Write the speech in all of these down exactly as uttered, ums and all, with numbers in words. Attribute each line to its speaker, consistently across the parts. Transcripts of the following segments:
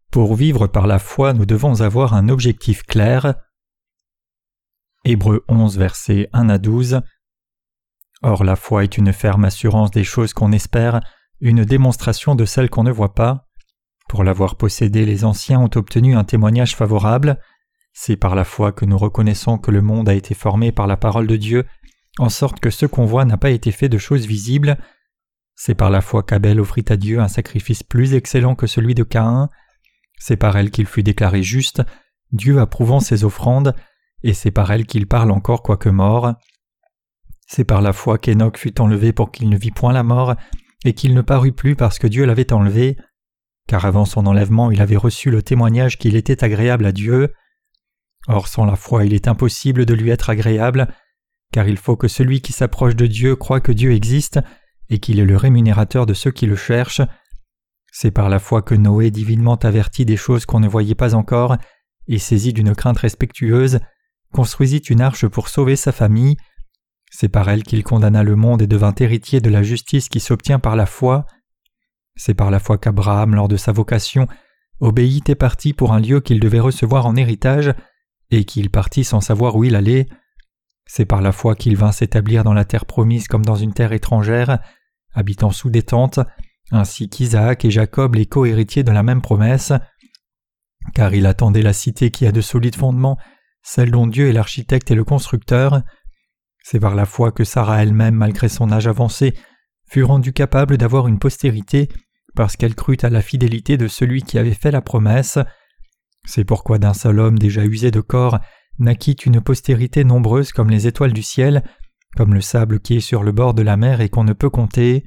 Speaker 1: Pour vivre par la foi, nous devons avoir un objectif clair. Hébreux onze, versets un à douze. Or la foi est une ferme assurance des choses qu'on espère, une démonstration de celles qu'on ne voit pas. Pour l'avoir possédée, les anciens ont obtenu un témoignage favorable. C'est par la foi que nous reconnaissons que le monde a été formé par la parole de Dieu, en sorte que ce qu'on voit n'a pas été fait de choses visibles. C'est par la foi qu'Abel offrit à Dieu un sacrifice plus excellent que celui de Caïn. C'est par elle qu'il fut déclaré juste, Dieu approuvant ses offrandes, et c'est par elle qu'il parle encore quoique mort. C'est par la foi qu'Hénoch fut enlevé pour qu'il ne vît point la mort, et qu'il ne parut plus parce que Dieu l'avait enlevé, car avant son enlèvement il avait reçu le témoignage qu'il était agréable à Dieu. Or sans la foi il est impossible de lui être agréable, car il faut que celui qui s'approche de Dieu croie que Dieu existe, et qu'il est le rémunérateur de ceux qui le cherchent. C'est par la foi que Noé, divinement averti des choses qu'on ne voyait pas encore, et saisi d'une crainte respectueuse, construisit une arche pour sauver sa famille. C'est par elle qu'il condamna le monde et devint héritier de la justice qui s'obtient par la foi. C'est par la foi qu'Abraham, lors de sa vocation, obéit et partit pour un lieu qu'il devait recevoir en héritage, et qu'il partit sans savoir où il allait. C'est par la foi qu'il vint s'établir dans la terre promise comme dans une terre étrangère, habitant sous des tentes, ainsi qu'Isaac et Jacob les co-héritiers de la même promesse. Car il attendait la cité qui a de solides fondements, celle dont Dieu est l'architecte et le constructeur. C'est par la foi que Sarah elle-même, malgré son âge avancé, fut rendue capable d'avoir une postérité, parce qu'elle crut à la fidélité de celui qui avait fait la promesse. C'est pourquoi d'un seul homme déjà usé de corps naquit une postérité nombreuse comme les étoiles du ciel, comme le sable qui est sur le bord de la mer et qu'on ne peut compter.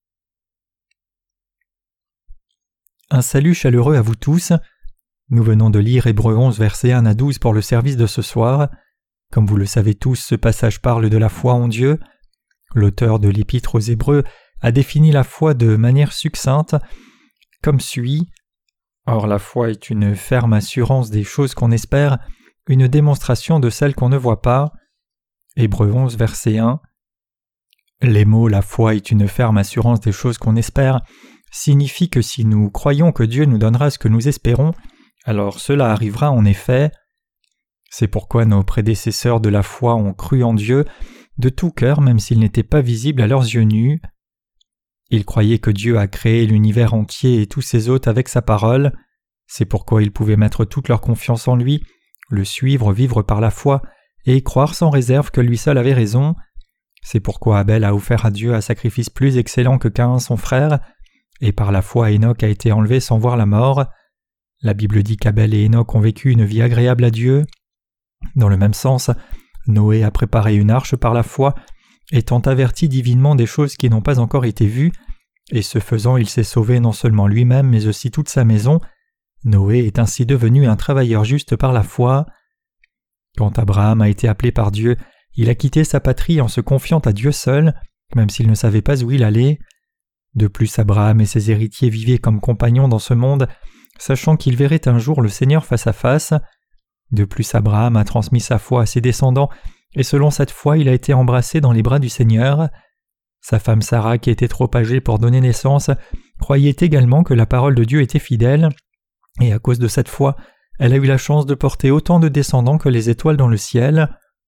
Speaker 1: Un salut chaleureux à vous tous. Nous venons de lire Hébreux onze, versets un à douze pour le service de ce soir. Comme vous le savez tous, ce passage parle de la foi en Dieu. L'auteur de l'Épître aux Hébreux a défini la foi de manière succincte, comme suit. Or la foi est une ferme assurance des choses qu'on espère, une démonstration de celles qu'on ne voit pas. Hébreux onze, verset un. Les mots « la foi est une ferme assurance des choses qu'on espère » signifient que si nous croyons que Dieu nous donnera ce que nous espérons, alors cela arrivera en effet. C'est pourquoi nos prédécesseurs de la foi ont cru en Dieu de tout cœur même s'il n'était pas visible à leurs yeux nus. Ils croyaient que Dieu a créé l'univers entier et tous ses hôtes avec sa parole. C'est pourquoi ils pouvaient mettre toute leur confiance en lui, le suivre, vivre par la foi et croire sans réserve que lui seul avait raison. C'est pourquoi Abel a offert à Dieu un sacrifice plus excellent que Caïn son frère, et par la foi Hénoch a été enlevé sans voir la mort. La Bible dit qu'Abel et Hénoch ont vécu une vie agréable à Dieu. Dans le même sens, Noé a préparé une arche par la foi, étant averti divinement des choses qui n'ont pas encore été vues, et ce faisant il s'est sauvé non seulement lui-même mais aussi toute sa maison. Noé est ainsi devenu un travailleur juste par la foi. Quand Abraham a été appelé par Dieu, il a quitté sa patrie en se confiant à Dieu seul, même s'il ne savait pas où il allait. De plus, Abraham et ses héritiers vivaient comme compagnons dans ce monde, sachant qu'ils verraient un jour le Seigneur face à face. De plus, Abraham a transmis sa foi à ses descendants, et selon cette foi, il a été embrassé dans les bras du Seigneur. Sa femme Sarah, qui était trop âgée pour donner naissance, croyait également que la parole de Dieu était fidèle, et à cause de cette foi, elle a eu la chance de porter autant de descendants que les étoiles dans le ciel.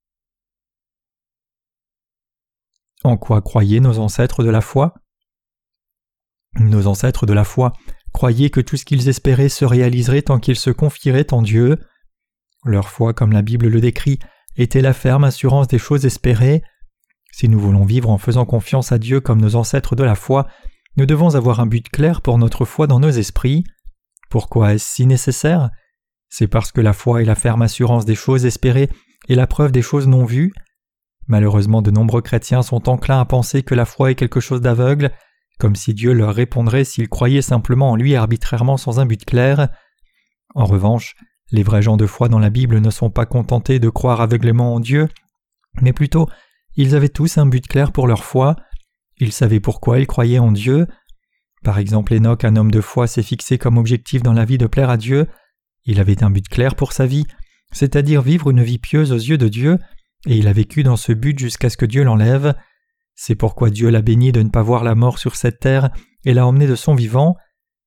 Speaker 1: En quoi croyaient nos ancêtres de la foi ? Nos ancêtres de la foi croyaient que tout ce qu'ils espéraient se réaliserait tant qu'ils se confieraient en Dieu. Leur foi, comme la Bible le décrit, était la ferme assurance des choses espérées. Si nous voulons vivre en faisant confiance à Dieu comme nos ancêtres de la foi, nous devons avoir un but clair pour notre foi dans nos esprits. Pourquoi est-ce si nécessaire ? C'est parce que la foi est la ferme assurance des choses espérées et la preuve des choses non vues. Malheureusement, de nombreux chrétiens sont enclins à penser que la foi est quelque chose d'aveugle, comme si Dieu leur répondrait s'ils croyaient simplement en lui arbitrairement sans un but clair. En revanche, les vrais gens de foi dans la Bible ne sont pas contentés de croire aveuglément en Dieu, mais plutôt, ils avaient tous un but clair pour leur foi. Ils savaient pourquoi ils croyaient en Dieu. Par exemple, Hénoch, un homme de foi, s'est fixé comme objectif dans la vie de plaire à Dieu. Il avait un but clair pour sa vie, c'est-à-dire vivre une vie pieuse aux yeux de Dieu, et il a vécu dans ce but jusqu'à ce que Dieu l'enlève. C'est pourquoi Dieu l'a béni de ne pas voir la mort sur cette terre et l'a emmené de son vivant.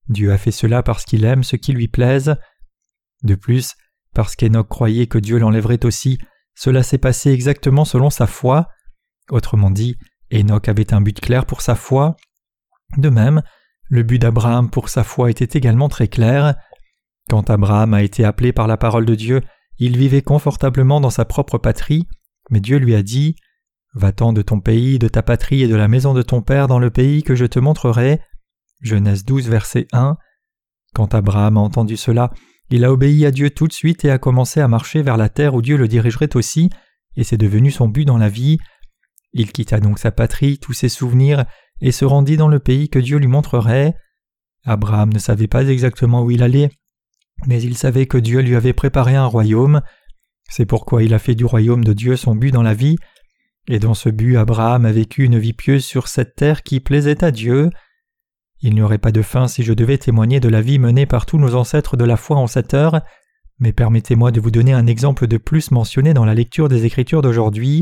Speaker 1: Dieu a fait cela parce qu'il aime ce qui lui plaise. De plus, parce qu'Enoch croyait que Dieu l'enlèverait aussi, cela s'est passé exactement selon sa foi. Autrement dit, Enoch avait un but clair pour sa foi. De même, le but d'Abraham pour sa foi était également très clair. Quand Abraham a été appelé par la parole de Dieu, il vivait confortablement dans sa propre patrie, mais Dieu lui a dit « Va-t'en de ton pays, de ta patrie et de la maison de ton père dans le pays que je te montrerai. » Genèse douze, verset un. Quand Abraham a entendu cela, il a obéi à Dieu tout de suite et a commencé à marcher vers la terre où Dieu le dirigerait aussi, et c'est devenu son but dans la vie. Il quitta donc sa patrie, tous ses souvenirs, et se rendit dans le pays que Dieu lui montrerait. Abraham ne savait pas exactement où il allait, mais il savait que Dieu lui avait préparé un royaume. C'est pourquoi il a fait du royaume de Dieu son but dans la vie, et dans ce but Abraham a vécu une vie pieuse sur cette terre qui plaisait à Dieu. Il n'y aurait pas de fin si je devais témoigner de la vie menée par tous nos ancêtres de la foi en cette heure, mais permettez-moi de vous donner un exemple de plus mentionné dans la lecture des Écritures d'aujourd'hui.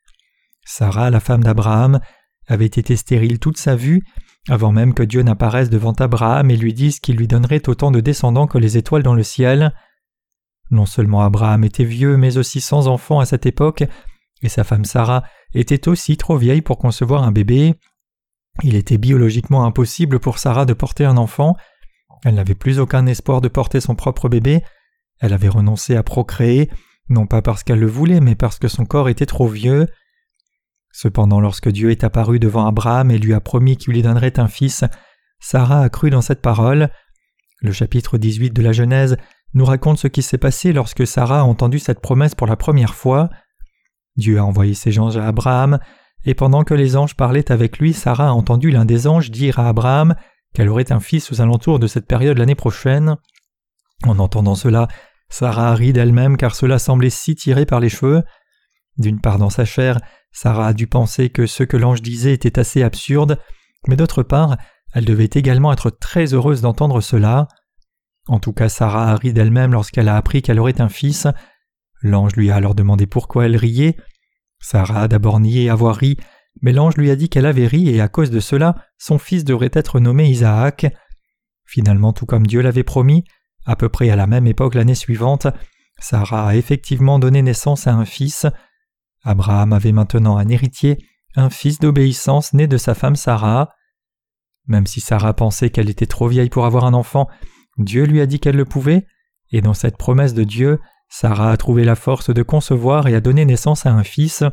Speaker 1: Sarah, la femme d'Abraham, avait été stérile toute sa vie, avant même que Dieu n'apparaisse devant Abraham et lui dise qu'il lui donnerait autant de descendants que les étoiles dans le ciel. Non seulement Abraham était vieux, mais aussi sans enfant à cette époque, et sa femme Sarah était aussi trop vieille pour concevoir un bébé. Il était biologiquement impossible pour Sarah de porter un enfant. Elle n'avait plus aucun espoir de porter son propre bébé. Elle avait renoncé à procréer, non pas parce qu'elle le voulait, mais parce que son corps était trop vieux. Cependant, lorsque Dieu est apparu devant Abraham et lui a promis qu'il lui donnerait un fils, Sarah a cru dans cette parole. Le chapitre dix-huit de la Genèse nous raconte ce qui s'est passé lorsque Sarah a entendu cette promesse pour la première fois. Dieu a envoyé ses anges à Abraham, et pendant que les anges parlaient avec lui, Sarah a entendu l'un des anges dire à Abraham qu'elle aurait un fils aux alentours de cette période l'année prochaine. En entendant cela, Sarah a ri d'elle-même car cela semblait si tiré par les cheveux. D'une part dans sa chair, Sarah a dû penser que ce que l'ange disait était assez absurde, mais d'autre part, elle devait également être très heureuse d'entendre cela. En tout cas, Sarah a ri d'elle-même lorsqu'elle a appris qu'elle aurait un fils. L'ange lui a alors demandé pourquoi elle riait. Sarah a d'abord nié avoir ri, mais l'ange lui a dit qu'elle avait ri et à cause de cela, son fils devrait être nommé Isaac. Finalement, tout comme Dieu l'avait promis, à peu près à la même époque l'année suivante, Sarah a effectivement donné naissance à un fils. Abraham avait maintenant un héritier, un fils d'obéissance né de sa femme Sarah. Même si Sarah pensait qu'elle était trop vieille pour avoir un enfant, Dieu lui a dit qu'elle le pouvait, et dans cette promesse de Dieu, Sarah a trouvé la force de concevoir et a donné naissance à un fils.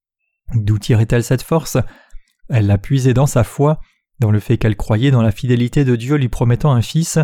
Speaker 1: D'où tirait-elle cette force? Elle l'a puisée dans sa foi, dans le fait qu'elle croyait dans la fidélité de Dieu lui promettant un fils.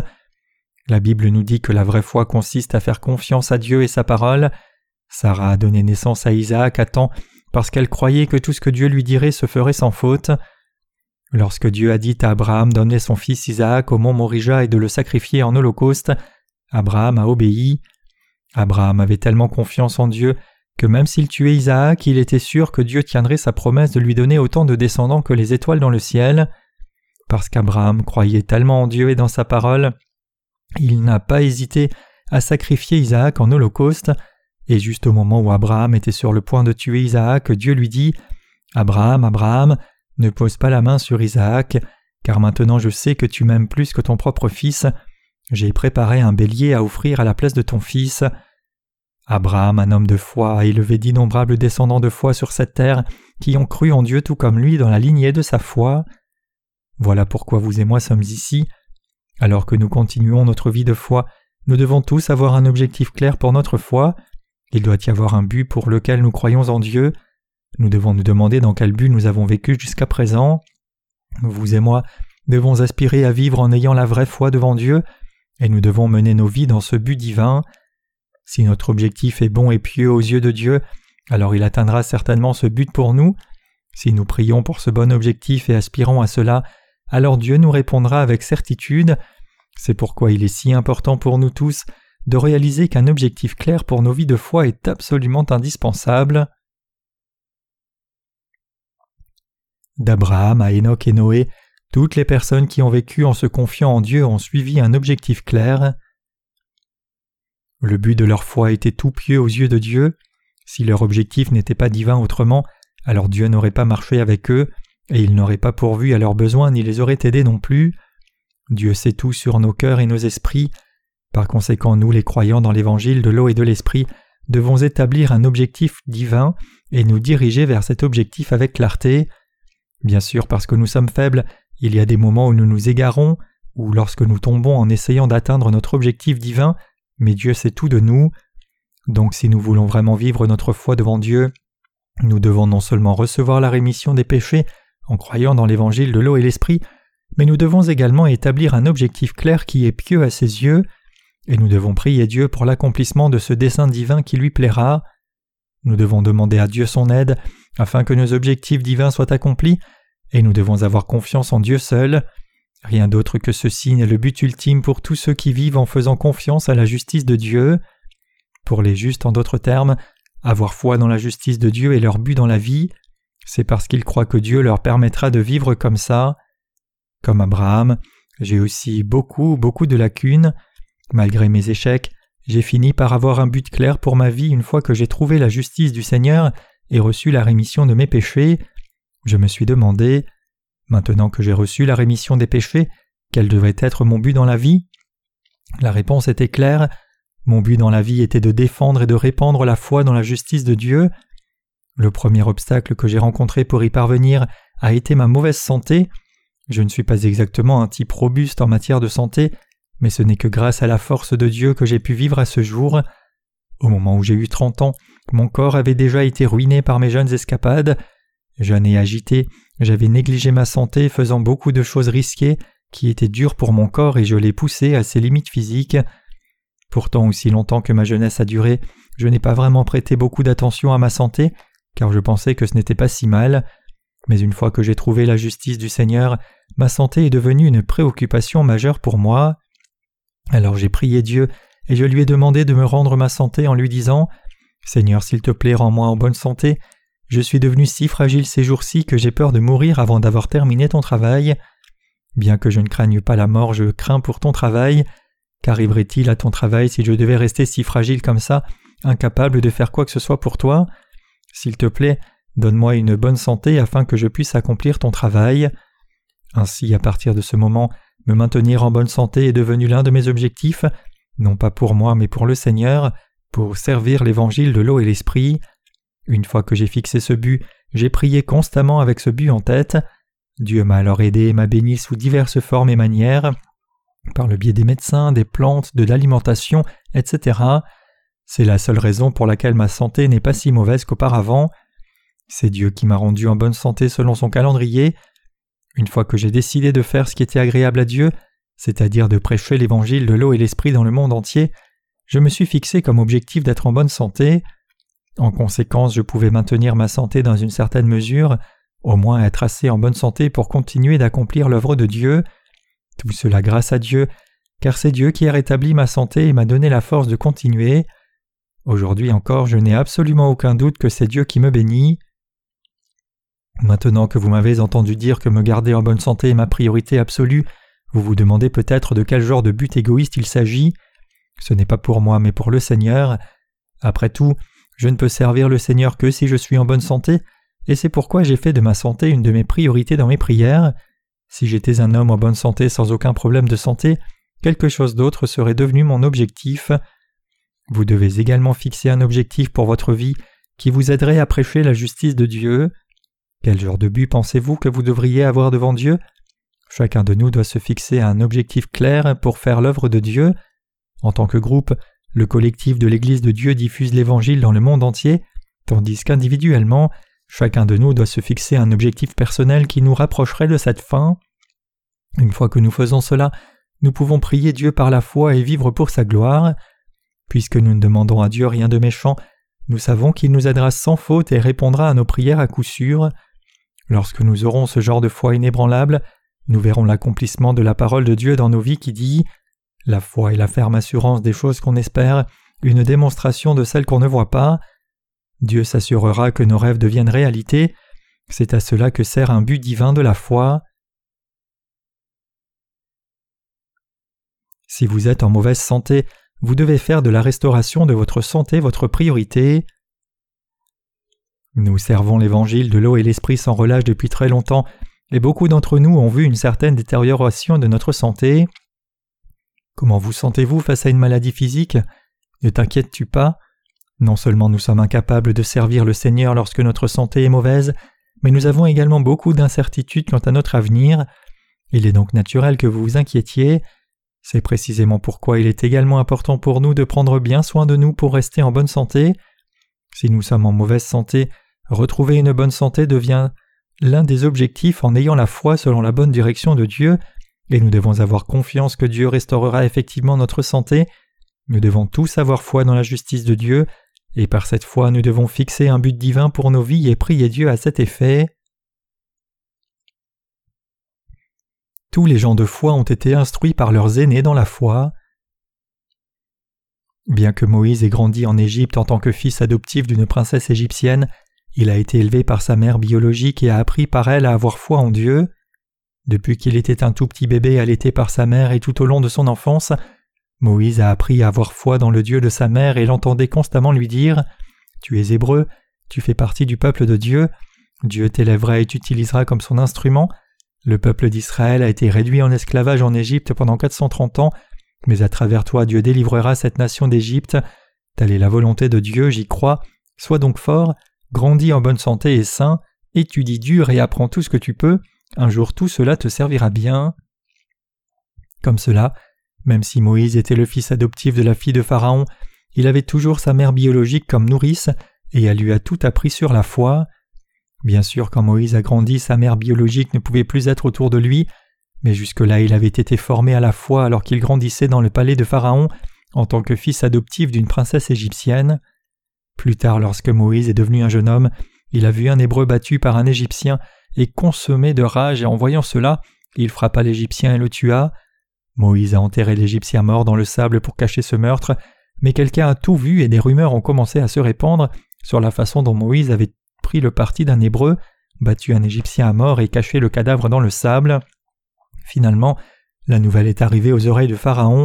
Speaker 1: La Bible nous dit que la vraie foi consiste à faire confiance à Dieu et sa parole. Sarah a donné naissance à Isaac à temps parce qu'elle croyait que tout ce que Dieu lui dirait se ferait sans faute. Lorsque Dieu a dit à Abraham d'emmener son fils Isaac au mont Morija et de le sacrifier en holocauste, Abraham a obéi. Abraham avait tellement confiance en Dieu que même s'il tuait Isaac, il était sûr que Dieu tiendrait sa promesse de lui donner autant de descendants que les étoiles dans le ciel. Parce qu'Abraham croyait tellement en Dieu et dans sa parole, il n'a pas hésité à sacrifier Isaac en holocauste. Et juste au moment où Abraham était sur le point de tuer Isaac, Dieu lui dit « Abraham, Abraham, ne pose pas la main sur Isaac, car maintenant je sais que tu m'aimes plus que ton propre fils. J'ai préparé un bélier à offrir à la place de ton fils. » Abraham, un homme de foi, a élevé d'innombrables descendants de foi sur cette terre qui ont cru en Dieu tout comme lui dans la lignée de sa foi. Voilà pourquoi vous et moi sommes ici. Alors que nous continuons notre vie de foi, nous devons tous avoir un objectif clair pour notre foi. Il doit y avoir un but pour lequel nous croyons en Dieu. Nous devons nous demander dans quel but nous avons vécu jusqu'à présent. Vous et moi devons aspirer à vivre en ayant la vraie foi devant Dieu, et nous devons mener nos vies dans ce but divin. Si notre objectif est bon et pieux aux yeux de Dieu, alors il atteindra certainement ce but pour nous. Si nous prions pour ce bon objectif et aspirons à cela, alors Dieu nous répondra avec certitude. C'est pourquoi il est si important pour nous tous de réaliser qu'un objectif clair pour nos vies de foi est absolument indispensable. D'Abraham à Enoch et Noé, toutes les personnes qui ont vécu en se confiant en Dieu ont suivi un objectif clair. Le but de leur foi était tout pieux aux yeux de Dieu. Si leur objectif n'était pas divin autrement, alors Dieu n'aurait pas marché avec eux, et il n'aurait pas pourvu à leurs besoins ni les aurait aidés non plus. Dieu sait tout sur nos cœurs et nos esprits. Par conséquent, nous, les croyants dans l'évangile de l'eau et de l'esprit, devons établir un objectif divin et nous diriger vers cet objectif avec clarté. Bien sûr, parce que nous sommes faibles, il y a des moments où nous nous égarons, ou lorsque nous tombons en essayant d'atteindre notre objectif divin, mais Dieu sait tout de nous. Donc si nous voulons vraiment vivre notre foi devant Dieu, nous devons non seulement recevoir la rémission des péchés en croyant dans l'évangile de l'eau et l'esprit, mais nous devons également établir un objectif clair qui est pieux à ses yeux, et nous devons prier Dieu pour l'accomplissement de ce dessein divin qui lui plaira. Nous devons demander à Dieu son aide afin que nos objectifs divins soient accomplis, et nous devons avoir confiance en Dieu seul. Rien d'autre que ceci n'est le but ultime pour tous ceux qui vivent en faisant confiance à la justice de Dieu. Pour les justes, en d'autres termes, avoir foi dans la justice de Dieu est leur but dans la vie. C'est parce qu'ils croient que Dieu leur permettra de vivre comme ça. Comme Abraham, j'ai aussi beaucoup, beaucoup de lacunes. Malgré mes échecs, j'ai fini par avoir un but clair pour ma vie une fois que j'ai trouvé la justice du Seigneur et reçu la rémission de mes péchés. Je me suis demandé, maintenant que j'ai reçu la rémission des péchés, quel devait être mon but dans la vie? La réponse était claire. Mon but dans la vie était de défendre et de répandre la foi dans la justice de Dieu. Le premier obstacle que j'ai rencontré pour y parvenir a été ma mauvaise santé. Je ne suis pas exactement un type robuste en matière de santé, mais ce n'est que grâce à la force de Dieu que j'ai pu vivre à ce jour. Au moment où j'ai eu trente ans, mon corps avait déjà été ruiné par mes jeunes escapades. Jeune et agité, j'avais négligé ma santé faisant beaucoup de choses risquées qui étaient dures pour mon corps et je les poussais à ses limites physiques. Pourtant, aussi longtemps que ma jeunesse a duré, je n'ai pas vraiment prêté beaucoup d'attention à ma santé, car je pensais que ce n'était pas si mal. Mais une fois que j'ai trouvé la justice du Seigneur, ma santé est devenue une préoccupation majeure pour moi. Alors j'ai prié Dieu et je lui ai demandé de me rendre ma santé en lui disant « Seigneur, s'il te plaît, rends-moi en bonne santé. Je suis devenu si fragile ces jours-ci que j'ai peur de mourir avant d'avoir terminé ton travail. Bien que je ne craigne pas la mort, je crains pour ton travail. Qu'arriverait-il à ton travail si je devais rester si fragile comme ça, incapable de faire quoi que ce soit pour toi? S'il te plaît, donne-moi une bonne santé afin que je puisse accomplir ton travail. » Ainsi, à partir de ce moment, me maintenir en bonne santé est devenu l'un de mes objectifs, non pas pour moi mais pour le Seigneur, pour servir l'évangile de l'eau et l'esprit. Une fois que j'ai fixé ce but, j'ai prié constamment avec ce but en tête. Dieu m'a alors aidé et m'a béni sous diverses formes et manières, par le biais des médecins, des plantes, de l'alimentation, et cetera. C'est la seule raison pour laquelle ma santé n'est pas si mauvaise qu'auparavant. C'est Dieu qui m'a rendu en bonne santé selon son calendrier. Une fois que j'ai décidé de faire ce qui était agréable à Dieu, c'est-à-dire de prêcher l'évangile de l'eau et l'esprit dans le monde entier, je me suis fixé comme objectif d'être en bonne santé. En conséquence, je pouvais maintenir ma santé dans une certaine mesure, au moins être assez en bonne santé pour continuer d'accomplir l'œuvre de Dieu. Tout cela grâce à Dieu, car c'est Dieu qui a rétabli ma santé et m'a donné la force de continuer. Aujourd'hui encore, je n'ai absolument aucun doute que c'est Dieu qui me bénit. Maintenant que vous m'avez entendu dire que me garder en bonne santé est ma priorité absolue, vous vous demandez peut-être de quel genre de but égoïste il s'agit. Ce n'est pas pour moi mais pour le Seigneur. Après tout, je ne peux servir le Seigneur que si je suis en bonne santé, et c'est pourquoi j'ai fait de ma santé une de mes priorités dans mes prières. Si j'étais un homme en bonne santé sans aucun problème de santé, quelque chose d'autre serait devenu mon objectif. Vous devez également fixer un objectif pour votre vie qui vous aiderait à prêcher la justice de Dieu. Quel genre de but pensez-vous que vous devriez avoir devant Dieu? Chacun de nous doit se fixer un objectif clair pour faire l'œuvre de Dieu. En tant que groupe, le collectif de l'Église de Dieu diffuse l'Évangile dans le monde entier, tandis qu'individuellement, chacun de nous doit se fixer un objectif personnel qui nous rapprocherait de cette fin. Une fois que nous faisons cela, nous pouvons prier Dieu par la foi et vivre pour sa gloire. Puisque nous ne demandons à Dieu rien de méchant, nous savons qu'il nous aidera sans faute et répondra à nos prières à coup sûr. Lorsque nous aurons ce genre de foi inébranlable, nous verrons l'accomplissement de la parole de Dieu dans nos vies qui dit « La foi est la ferme assurance des choses qu'on espère, une démonstration de celles qu'on ne voit pas. » Dieu s'assurera que nos rêves deviennent réalité. C'est à cela que sert un but divin de la foi. Si vous êtes en mauvaise santé, vous devez faire de la restauration de votre santé votre priorité. Nous servons l'évangile de l'eau et l'esprit sans relâche depuis très longtemps, et beaucoup d'entre nous ont vu une certaine détérioration de notre santé. Comment vous sentez-vous face à une maladie physique ? Ne t'inquiètes-tu pas ? Non seulement nous sommes incapables de servir le Seigneur lorsque notre santé est mauvaise, mais nous avons également beaucoup d'incertitudes quant à notre avenir. Il est donc naturel que vous vous inquiétiez. C'est précisément pourquoi il est également important pour nous de prendre bien soin de nous pour rester en bonne santé. Si nous sommes en mauvaise santé, retrouver une bonne santé devient l'un des objectifs en ayant la foi selon la bonne direction de Dieu, et nous devons avoir confiance que Dieu restaurera effectivement notre santé. Nous devons tous avoir foi dans la justice de Dieu, et par cette foi nous devons fixer un but divin pour nos vies et prier Dieu à cet effet. Tous les gens de foi ont été instruits par leurs aînés dans la foi. Bien que Moïse ait grandi en Égypte en tant que fils adoptif d'une princesse égyptienne, il a été élevé par sa mère biologique et a appris par elle à avoir foi en Dieu. Depuis qu'il était un tout petit bébé allaité par sa mère et tout au long de son enfance, Moïse a appris à avoir foi dans le Dieu de sa mère et l'entendait constamment lui dire « Tu es hébreu, tu fais partie du peuple de Dieu, Dieu t'élèvera et t'utilisera comme son instrument. Le peuple d'Israël a été réduit en esclavage en Égypte pendant quatre cent trente ans, mais à travers toi Dieu délivrera cette nation d'Égypte. Telle est la volonté de Dieu, j'y crois. Sois donc fort, grandis en bonne santé et sain, étudie dur et apprends tout ce que tu peux. Un jour tout cela te servira bien. » Comme cela, même si Moïse était le fils adoptif de la fille de Pharaon, il avait toujours sa mère biologique comme nourrice et elle lui a tout appris sur la foi. Bien sûr, quand Moïse a grandi, sa mère biologique ne pouvait plus être autour de lui, mais jusque-là il avait été formé à la foi alors qu'il grandissait dans le palais de Pharaon en tant que fils adoptif d'une princesse égyptienne. Plus tard, lorsque Moïse est devenu un jeune homme, il a vu un Hébreu battu par un Égyptien et consommé de rage, et en voyant cela, il frappa l'Égyptien et le tua. Moïse a enterré l'Égyptien mort dans le sable pour cacher ce meurtre, mais quelqu'un a tout vu et des rumeurs ont commencé à se répandre sur la façon dont Moïse avait pris le parti d'un Hébreu, battu un Égyptien à mort et caché le cadavre dans le sable. Finalement, la nouvelle est arrivée aux oreilles de Pharaon.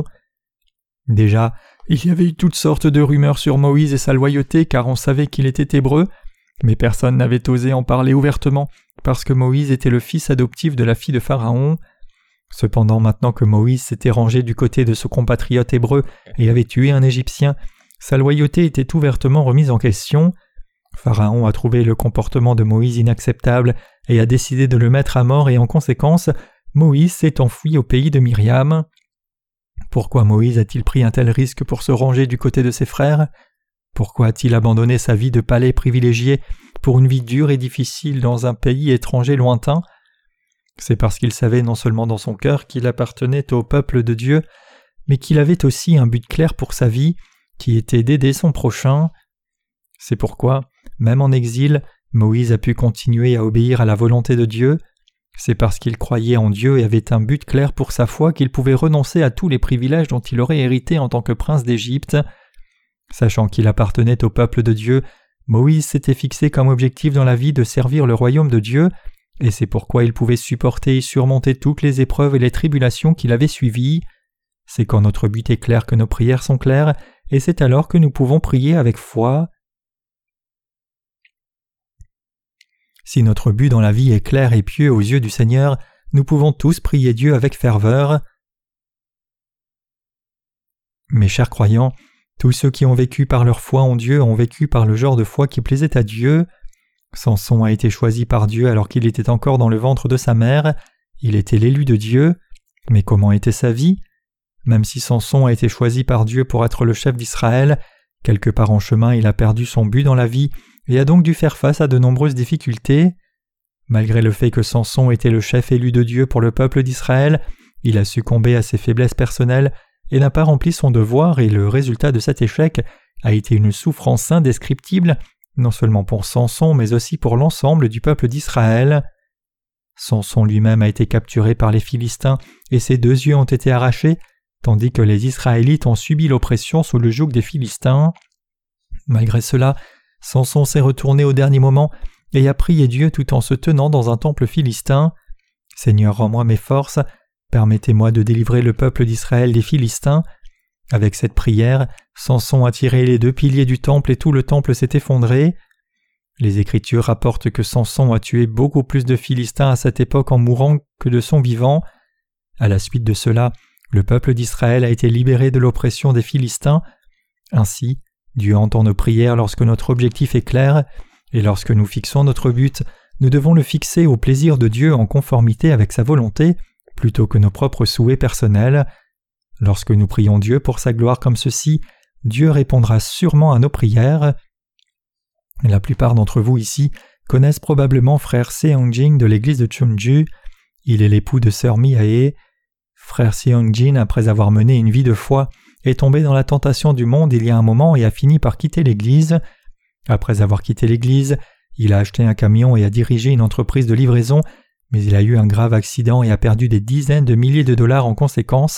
Speaker 1: Déjà, il y avait eu toutes sortes de rumeurs sur Moïse et sa loyauté car on savait qu'il était hébreu, mais personne n'avait osé en parler ouvertement parce que Moïse était le fils adoptif de la fille de Pharaon. Cependant, maintenant que Moïse s'était rangé du côté de ce compatriote hébreu et avait tué un Égyptien, sa loyauté était ouvertement remise en question. Pharaon a trouvé le comportement de Moïse inacceptable et a décidé de le mettre à mort et en conséquence, Moïse s'est enfui au pays de Myriam. Pourquoi Moïse a-t-il pris un tel risque pour se ranger du côté de ses frères ? Pourquoi a-t-il abandonné sa vie de palais privilégié pour une vie dure et difficile dans un pays étranger lointain ? C'est parce qu'il savait non seulement dans son cœur qu'il appartenait au peuple de Dieu, mais qu'il avait aussi un but clair pour sa vie, qui était d'aider son prochain. C'est pourquoi, même en exil, Moïse a pu continuer à obéir à la volonté de Dieu. C'est parce qu'il croyait en Dieu et avait un but clair pour sa foi qu'il pouvait renoncer à tous les privilèges dont il aurait hérité en tant que prince d'Égypte. Sachant qu'il appartenait au peuple de Dieu, Moïse s'était fixé comme objectif dans la vie de servir le royaume de Dieu, et c'est pourquoi il pouvait supporter et surmonter toutes les épreuves et les tribulations qui l'avaient suivi. C'est quand notre but est clair que nos prières sont claires, et c'est alors que nous pouvons prier avec foi. Si notre but dans la vie est clair et pieux aux yeux du Seigneur, nous pouvons tous prier Dieu avec ferveur. Mes chers croyants, tous ceux qui ont vécu par leur foi en Dieu ont vécu par le genre de foi qui plaisait à Dieu. Samson a été choisi par Dieu alors qu'il était encore dans le ventre de sa mère. Il était l'élu de Dieu. Mais comment était sa vie ? Même si Samson a été choisi par Dieu pour être le chef d'Israël, quelque part en chemin il a perdu son but dans la vie et a donc dû faire face à de nombreuses difficultés. Malgré le fait que Samson était le chef élu de Dieu pour le peuple d'Israël, il a succombé à ses faiblesses personnelles et n'a pas rempli son devoir, et le résultat de cet échec a été une souffrance indescriptible, non seulement pour Samson mais aussi pour l'ensemble du peuple d'Israël. Samson lui-même a été capturé par les Philistins et ses deux yeux ont été arrachés, tandis que les Israélites ont subi l'oppression sous le joug des Philistins. Malgré cela, Samson s'est retourné au dernier moment et a prié Dieu tout en se tenant dans un temple philistin. « Seigneur, rends-moi mes forces, permettez-moi de délivrer le peuple d'Israël des Philistins. » Avec cette prière, Samson a tiré les deux piliers du temple et tout le temple s'est effondré. Les Écritures rapportent que Samson a tué beaucoup plus de Philistins à cette époque en mourant que de son vivant. À la suite de cela, le peuple d'Israël a été libéré de l'oppression des Philistins. Ainsi, Dieu entend nos prières lorsque notre objectif est clair, et lorsque nous fixons notre but, nous devons le fixer au plaisir de Dieu en conformité avec sa volonté, plutôt que nos propres souhaits personnels. Lorsque nous prions Dieu pour sa gloire comme ceci, Dieu répondra sûrement à nos prières. La plupart d'entre vous ici connaissent probablement frère Seong-jin de l'église de Chunju. Il est l'époux de sœur Mi-ae. Frère Seong-jin, après avoir mené une vie de foi, est tombé dans la tentation du monde il y a un moment et a fini par quitter l'église. Après avoir quitté l'église, il a acheté un camion et a dirigé une entreprise de livraison, mais il a eu un grave accident et a perdu des dizaines de milliers de dollars en conséquence.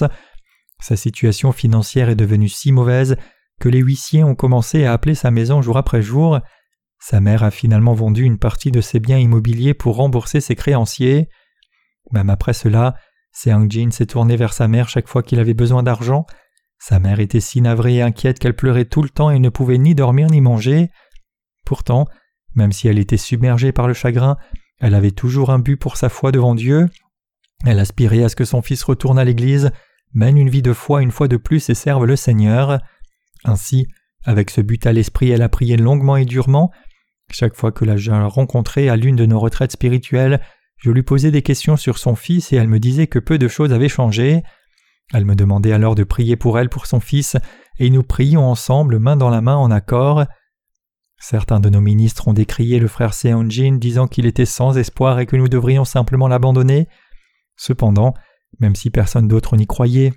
Speaker 1: Sa situation financière est devenue si mauvaise que les huissiers ont commencé à appeler sa maison jour après jour. Sa mère a finalement vendu une partie de ses biens immobiliers pour rembourser ses créanciers. Même après cela, Seong-jin s'est tourné vers sa mère chaque fois qu'il avait besoin d'argent. Sa mère était si navrée et inquiète qu'elle pleurait tout le temps et ne pouvait ni dormir ni manger. Pourtant, même si elle était submergée par le chagrin, elle avait toujours un but pour sa foi devant Dieu. Elle aspirait à ce que son fils retourne à l'église, mène une vie de foi une fois de plus et serve le Seigneur. Ainsi, avec ce but à l'esprit, elle a prié longuement et durement. Chaque fois que je la rencontrais à l'une de nos retraites spirituelles, je lui posais des questions sur son fils et elle me disait que peu de choses avaient changé. Elle me demandait alors de prier pour elle pour son fils, et nous prions ensemble, main dans la main, en accord. Certains de nos ministres ont décrié le frère Seong-jin, disant qu'il était sans espoir et que nous devrions simplement l'abandonner. Cependant, même si personne d'autre n'y croyait,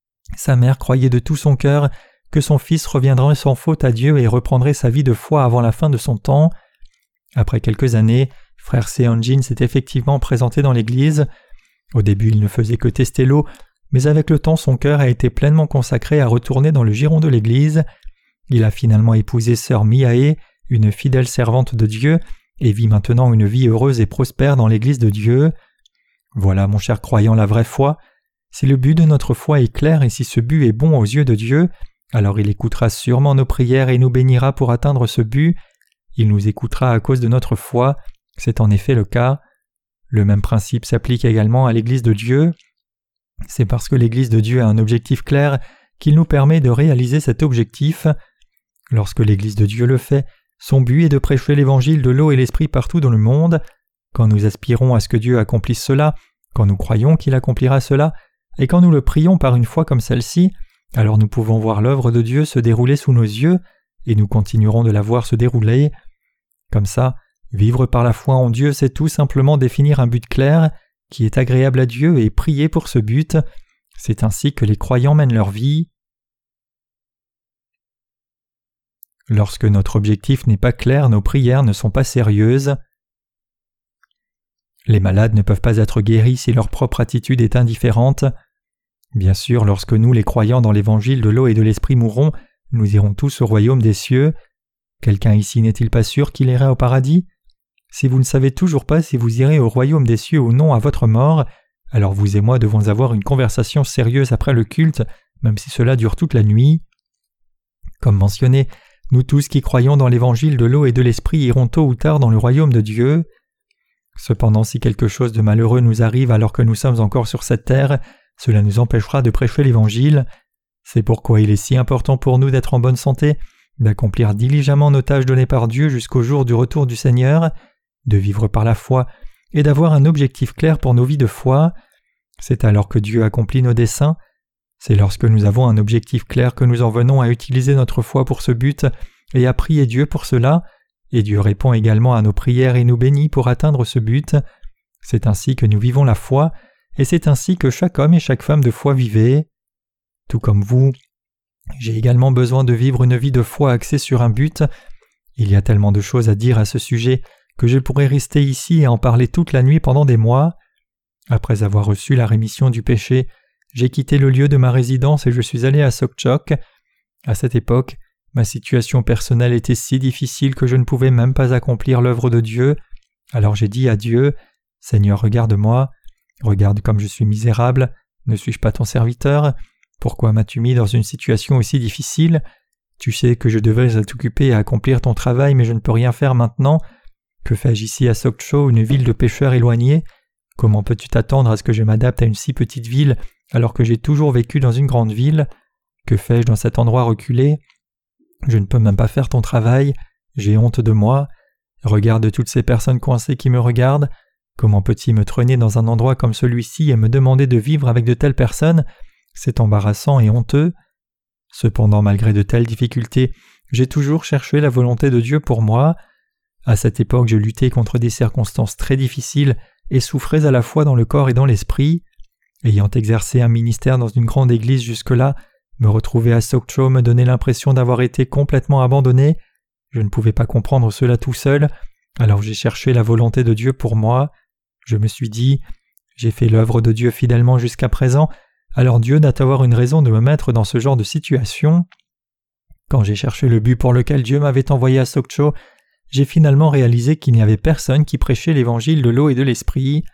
Speaker 1: sa mère croyait de tout son cœur que son fils reviendrait sans faute à Dieu et reprendrait sa vie de foi avant la fin de son temps. Après quelques années, frère Seong-jin s'est effectivement présenté dans l'église. Au début, il ne faisait que tester l'eau, mais avec le temps, son cœur a été pleinement consacré à retourner dans le giron de l'église. Il a finalement épousé sœur Mi-ae, une fidèle servante de Dieu, et vit maintenant une vie heureuse et prospère dans l'église de Dieu. Voilà, mon cher croyant, la vraie foi. Si le but de notre foi est clair et si ce but est bon aux yeux de Dieu, alors il écoutera sûrement nos prières et nous bénira pour atteindre ce but. Il nous écoutera à cause de notre foi. C'est en effet le cas. Le même principe s'applique également à l'Église de Dieu. C'est parce que l'Église de Dieu a un objectif clair qu'il nous permet de réaliser cet objectif. Lorsque l'Église de Dieu le fait, son but est de prêcher l'Évangile de l'eau et l'Esprit partout dans le monde. Quand nous aspirons à ce que Dieu accomplisse cela, quand nous croyons qu'il accomplira cela, et quand nous le prions par une foi comme celle-ci, alors nous pouvons voir l'œuvre de Dieu se dérouler sous nos yeux, et nous continuerons de la voir se dérouler. Comme ça, vivre par la foi en Dieu, c'est tout simplement définir un but clair, qui est agréable à Dieu et prier pour ce but. C'est ainsi que les croyants mènent leur vie. Lorsque notre objectif n'est pas clair, nos prières ne sont pas sérieuses. Les malades ne peuvent pas être guéris si leur propre attitude est indifférente. Bien sûr, lorsque nous, les croyants dans l'évangile de l'eau et de l'esprit mourrons, nous irons tous au royaume des cieux. Quelqu'un ici n'est-il pas sûr qu'il ira au paradis? Si vous ne savez toujours pas si vous irez au royaume des cieux ou non à votre mort, alors vous et moi devons avoir une conversation sérieuse après le culte, même si cela dure toute la nuit. Comme mentionné, nous tous qui croyons dans l'évangile de l'eau et de l'esprit irons tôt ou tard dans le royaume de Dieu. Cependant, si quelque chose de malheureux nous arrive alors que nous sommes encore sur cette terre, cela nous empêchera de prêcher l'évangile. C'est pourquoi il est si important pour nous d'être en bonne santé, d'accomplir diligemment nos tâches données par Dieu jusqu'au jour du retour du Seigneur, de vivre par la foi et d'avoir un objectif clair pour nos vies de foi. C'est alors que Dieu accomplit nos desseins. C'est lorsque nous avons un objectif clair que nous en venons à utiliser notre foi pour ce but et à prier Dieu pour cela, et Dieu répond également à nos prières et nous bénit pour atteindre ce but. C'est ainsi que nous vivons la foi, et c'est ainsi que chaque homme et chaque femme de foi vivait. Tout comme vous, j'ai également besoin de vivre une vie de foi axée sur un but. Il y a tellement de choses à dire à ce sujet que je pourrais rester ici et en parler toute la nuit pendant des mois. Après avoir reçu la rémission du péché, j'ai quitté le lieu de ma résidence et je suis allé à Sokchok. À cette époque, ma situation personnelle était si difficile que je ne pouvais même pas accomplir l'œuvre de Dieu. Alors j'ai dit à Dieu, « Seigneur, regarde-moi. Regarde comme je suis misérable. Ne suis-je pas ton serviteur? Pourquoi m'as-tu mis dans une situation aussi difficile? Tu sais que je devrais être occupé à accomplir ton travail, mais je ne peux rien faire maintenant. Que fais-je ici à Sokcho, une ville de pêcheurs éloignée? Comment peux-tu t'attendre à ce que je m'adapte à une si petite ville alors que j'ai toujours vécu dans une grande ville? Que fais-je dans cet endroit reculé? Je ne peux même pas faire ton travail. J'ai honte de moi. Regarde toutes ces personnes coincées qui me regardent. Comment peux-tu me traîner dans un endroit comme celui-ci et me demander de vivre avec de telles personnes? C'est embarrassant et honteux. Cependant, malgré de telles difficultés, j'ai toujours cherché la volonté de Dieu pour moi. À cette époque, je luttais contre des circonstances très difficiles et souffrais à la fois dans le corps et dans l'esprit. Ayant exercé un ministère dans une grande église jusque-là, me retrouver à Sokcho me donnait l'impression d'avoir été complètement abandonné. Je ne pouvais pas comprendre cela tout seul, alors j'ai cherché la volonté de Dieu pour moi. Je me suis dit, j'ai fait l'œuvre de Dieu fidèlement jusqu'à présent, alors Dieu doit avoir une raison de me mettre dans ce genre de situation. Quand j'ai cherché le but pour lequel Dieu m'avait envoyé à Sokcho, j'ai finalement réalisé qu'il n'y avait personne qui prêchait l'évangile de l'eau et de l'esprit.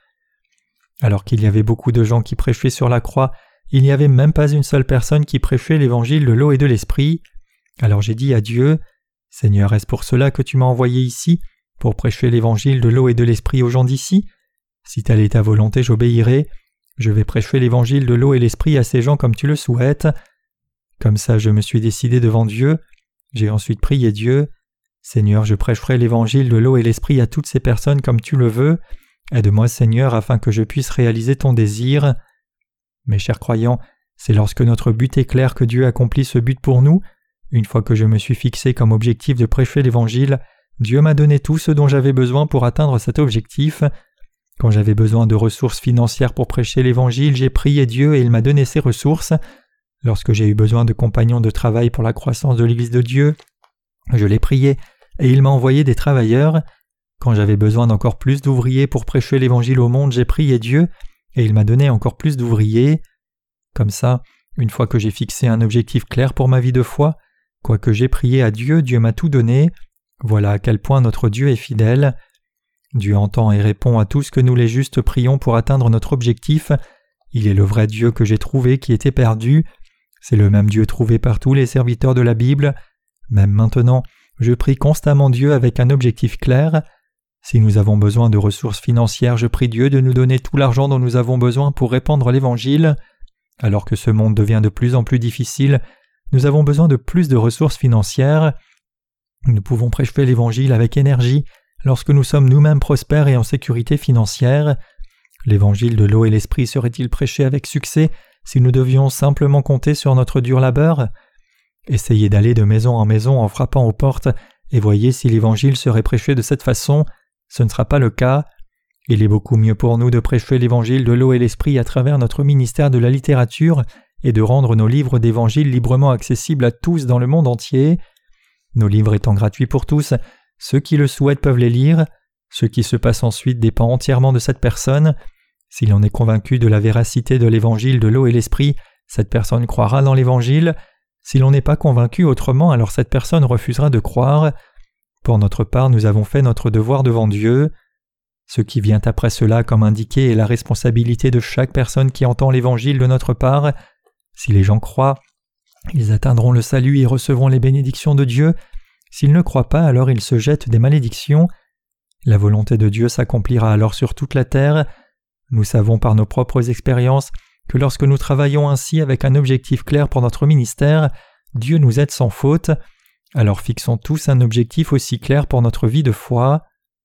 Speaker 1: Alors qu'il y avait beaucoup de gens qui prêchaient sur la croix, il n'y avait même pas une seule personne qui prêchait l'évangile de l'eau et de l'esprit. Alors j'ai dit à Dieu, « Seigneur, est-ce pour cela que tu m'as envoyé ici, pour prêcher l'évangile de l'eau et de l'esprit aux gens d'ici? Si telle est ta volonté, j'obéirai. Je vais prêcher l'évangile de l'eau et l'esprit à ces gens comme tu le souhaites. » Comme ça, je me suis décidé devant Dieu. J'ai ensuite prié Dieu. « Seigneur, je prêcherai l'évangile de l'eau et l'esprit à toutes ces personnes comme tu le veux. Aide-moi, Seigneur, afin que je puisse réaliser ton désir. » Mes chers croyants, c'est lorsque notre but est clair que Dieu accomplit ce but pour nous. Une fois que je me suis fixé comme objectif de prêcher l'Évangile, Dieu m'a donné tout ce dont j'avais besoin pour atteindre cet objectif. Quand j'avais besoin de ressources financières pour prêcher l'Évangile, j'ai prié Dieu et il m'a donné ces ressources. Lorsque j'ai eu besoin de compagnons de travail pour la croissance de l'Église de Dieu, je l'ai prié et il m'a envoyé des travailleurs. Quand j'avais besoin d'encore plus d'ouvriers pour prêcher l'Évangile au monde, j'ai prié Dieu et il m'a donné encore plus d'ouvriers. Comme ça, une fois que j'ai fixé un objectif clair pour ma vie de foi, quoique j'ai prié à Dieu, Dieu m'a tout donné. Voilà à quel point notre Dieu est fidèle. Dieu entend et répond à tout ce que nous les justes prions pour atteindre notre objectif. Il est le vrai Dieu que j'ai trouvé qui était perdu. C'est le même Dieu trouvé par tous les serviteurs de la Bible. Même maintenant, je prie constamment Dieu avec un objectif clair. Si nous avons besoin de ressources financières, je prie Dieu de nous donner tout l'argent dont nous avons besoin pour répandre l'Évangile. Alors que ce monde devient de plus en plus difficile, nous avons besoin de plus de ressources financières. Nous pouvons prêcher l'Évangile avec énergie lorsque nous sommes nous-mêmes prospères et en sécurité financière. L'Évangile de l'eau et l'esprit serait-il prêché avec succès si nous devions simplement compter sur notre dur labeur? Essayez d'aller de maison en maison en frappant aux portes et voyez si l'Évangile serait prêché de cette façon. Ce ne sera pas le cas. Il est beaucoup mieux pour nous de prêcher l'Évangile de l'eau et l'esprit à travers notre ministère de la littérature et de rendre nos livres d'Évangile librement accessibles à tous dans le monde entier. Nos livres étant gratuits pour tous, ceux qui le souhaitent peuvent les lire. Ce qui se passe ensuite dépend entièrement de cette personne. Si l'on est convaincu de la véracité de l'Évangile de l'eau et l'esprit, cette personne croira dans l'Évangile. Si l'on n'est pas convaincu autrement, alors cette personne refusera de croire. Pour notre part, nous avons fait notre devoir devant Dieu. Ce qui vient après cela, comme indiqué, est la responsabilité de chaque personne qui entend l'Évangile de notre part. Si les gens croient, ils atteindront le salut et recevront les bénédictions de Dieu. S'ils ne croient pas, alors ils se jettent des malédictions. La volonté de Dieu s'accomplira alors sur toute la terre. Nous savons par nos propres expériences que lorsque nous travaillons ainsi avec un objectif clair pour notre ministère, Dieu nous aide sans faute. Alors fixons tous un objectif aussi clair pour notre vie de foi.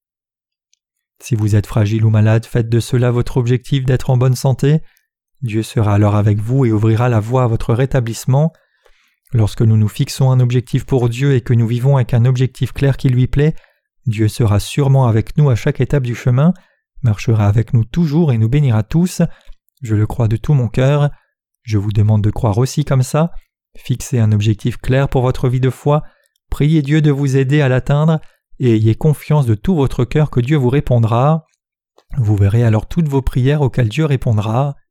Speaker 1: Si vous êtes fragile ou malade, faites de cela votre objectif d'être en bonne santé. Dieu sera alors avec vous et ouvrira la voie à votre rétablissement. Lorsque nous nous fixons un objectif pour Dieu et que nous vivons avec un objectif clair qui lui plaît, Dieu sera sûrement avec nous à chaque étape du chemin, marchera avec nous toujours et nous bénira tous. Je le crois de tout mon cœur. Je vous demande de croire aussi comme ça. Fixez un objectif clair pour votre vie de foi. Priez Dieu de vous aider à l'atteindre et ayez confiance de tout votre cœur que Dieu vous répondra. Vous verrez alors toutes vos prières auxquelles Dieu répondra.